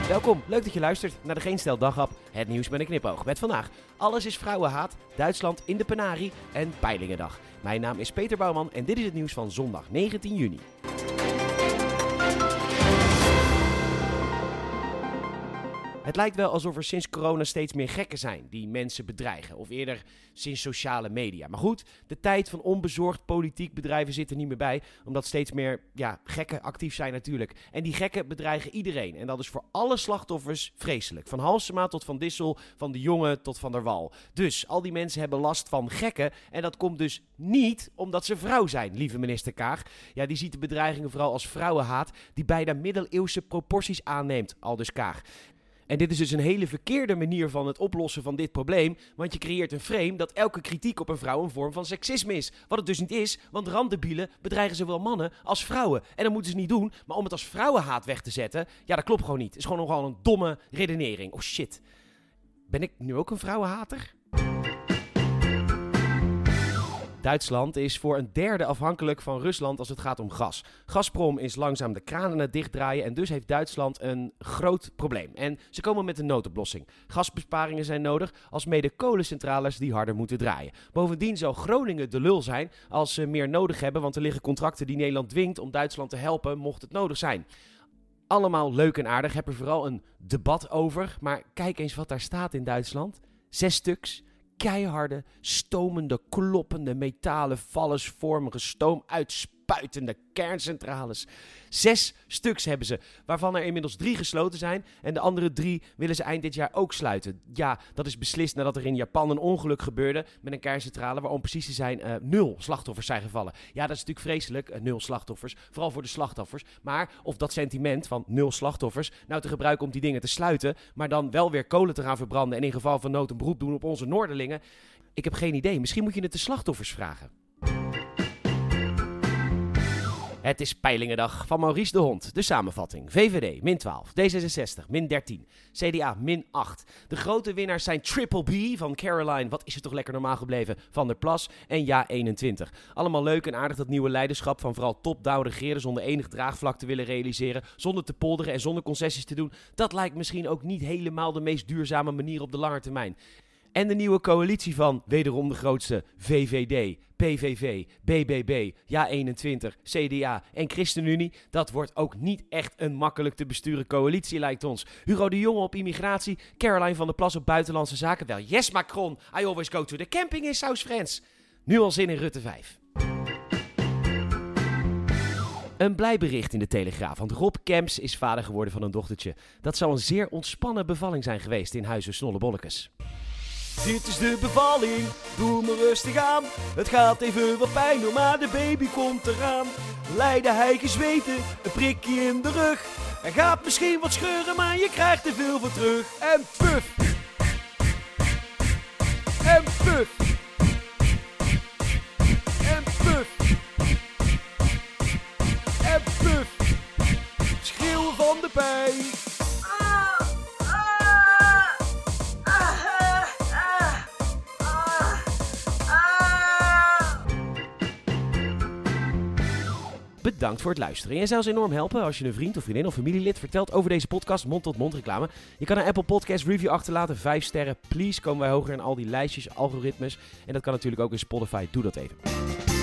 Welkom, leuk dat je luistert naar de Geen Stel Daghap, het nieuws met een knipoog. Met vandaag, alles is vrouwenhaat, Duitsland in de penarie en Peilingendag. Mijn naam is Peter Bouwman en dit is het nieuws van zondag 19 juni. Het lijkt wel alsof er sinds corona steeds meer gekken zijn die mensen bedreigen. Of eerder sinds sociale media. Maar goed, de tijd van onbezorgd politiek bedrijven zit er niet meer bij. Omdat steeds meer gekken actief zijn natuurlijk. En die gekken bedreigen iedereen. En dat is voor alle slachtoffers vreselijk. Van Halsema tot Van Dissel, van de Jonge tot Van der Wal. Dus al die mensen hebben last van gekken. En dat komt dus niet omdat ze vrouw zijn, lieve minister Kaag. Ja, die ziet de bedreigingen vooral als vrouwenhaat die bijna middeleeuwse proporties aanneemt, aldus Kaag. En dit is dus een hele verkeerde manier van het oplossen van dit probleem, want je creëert een frame dat elke kritiek op een vrouw een vorm van seksisme is. Wat het dus niet is, want randdebielen bedreigen zowel mannen als vrouwen. En dat moeten ze niet doen, maar om het als vrouwenhaat weg te zetten, ja, dat klopt gewoon niet. Het is gewoon nogal een domme redenering. Oh shit, ben ik nu ook een vrouwenhater? Duitsland is voor een derde afhankelijk van Rusland als het gaat om gas. Gazprom is langzaam de kranen aan het dichtdraaien en dus heeft Duitsland een groot probleem. En ze komen met een noodoplossing. Gasbesparingen zijn nodig, alsmede kolencentrales die harder moeten draaien. Bovendien zou Groningen de lul zijn als ze meer nodig hebben, want er liggen contracten die Nederland dwingt om Duitsland te helpen mocht het nodig zijn. Allemaal leuk en aardig, heb er vooral een debat over, maar kijk eens wat daar staat in Duitsland. 6 stuks. Keiharde, stomende, kloppende, metalen, vallesvormige, stoomuitspuitende kerncentrales. 6 stuks hebben ze, waarvan er inmiddels 3 gesloten zijn. En de andere 3 willen ze eind dit jaar ook sluiten. Ja, dat is beslist nadat er in Japan een ongeluk gebeurde met een kerncentrale waar om precies te zijn 0 slachtoffers zijn gevallen. Ja, dat is natuurlijk vreselijk, 0 slachtoffers, vooral voor de slachtoffers. Maar of dat sentiment van 0 slachtoffers nou te gebruiken om die dingen te sluiten, maar dan wel weer kolen te gaan verbranden en in geval van nood een beroep doen op onze Noorderlingen. Ik heb geen idee, misschien moet je het de slachtoffers vragen. Het is Peilingendag van Maurice de Hond. De samenvatting. VVD, min 12. D66, min 13. CDA, min 8. De grote winnaars zijn Triple B van Caroline, wat is het toch lekker normaal gebleven, Van der Plas en Ja 21. Allemaal leuk en aardig dat nieuwe leiderschap van vooral top-down regeren zonder enig draagvlak te willen realiseren, zonder te polderen en zonder concessies te doen. Dat lijkt misschien ook niet helemaal de meest duurzame manier op de lange termijn. En de nieuwe coalitie van wederom de grootste VVD, PVV, BBB, Ja21, CDA en ChristenUnie. Dat wordt ook niet echt een makkelijk te besturen coalitie lijkt ons. Hugo de Jonge op immigratie, Caroline van der Plas op buitenlandse zaken. Wel, yes Macron, I always go to the camping in South France. Nu al zin in Rutte 5. Een blij bericht in de Telegraaf, want Rob Kemps is vader geworden van een dochtertje. Dat zou een zeer ontspannen bevalling zijn geweest in Huizen Snollebollekes. Dit is de bevalling, doe maar rustig aan. Het gaat even wat pijn doen, maar de baby komt eraan. Lijden, hijgen, zweten, een prikje in de rug. Er gaat misschien wat scheuren, maar je krijgt er veel voor terug. En puf! En puf! En puf! En puf! Schreeuwen van de pijn. Bedankt voor het luisteren. En jij zou ons enorm helpen als je een vriend of vriendin of familielid vertelt over deze podcast, mond-tot-mond reclame. Je kan een Apple Podcast review achterlaten, 5 sterren. Please, komen wij hoger in al die lijstjes, algoritmes. En dat kan natuurlijk ook in Spotify. Doe dat even.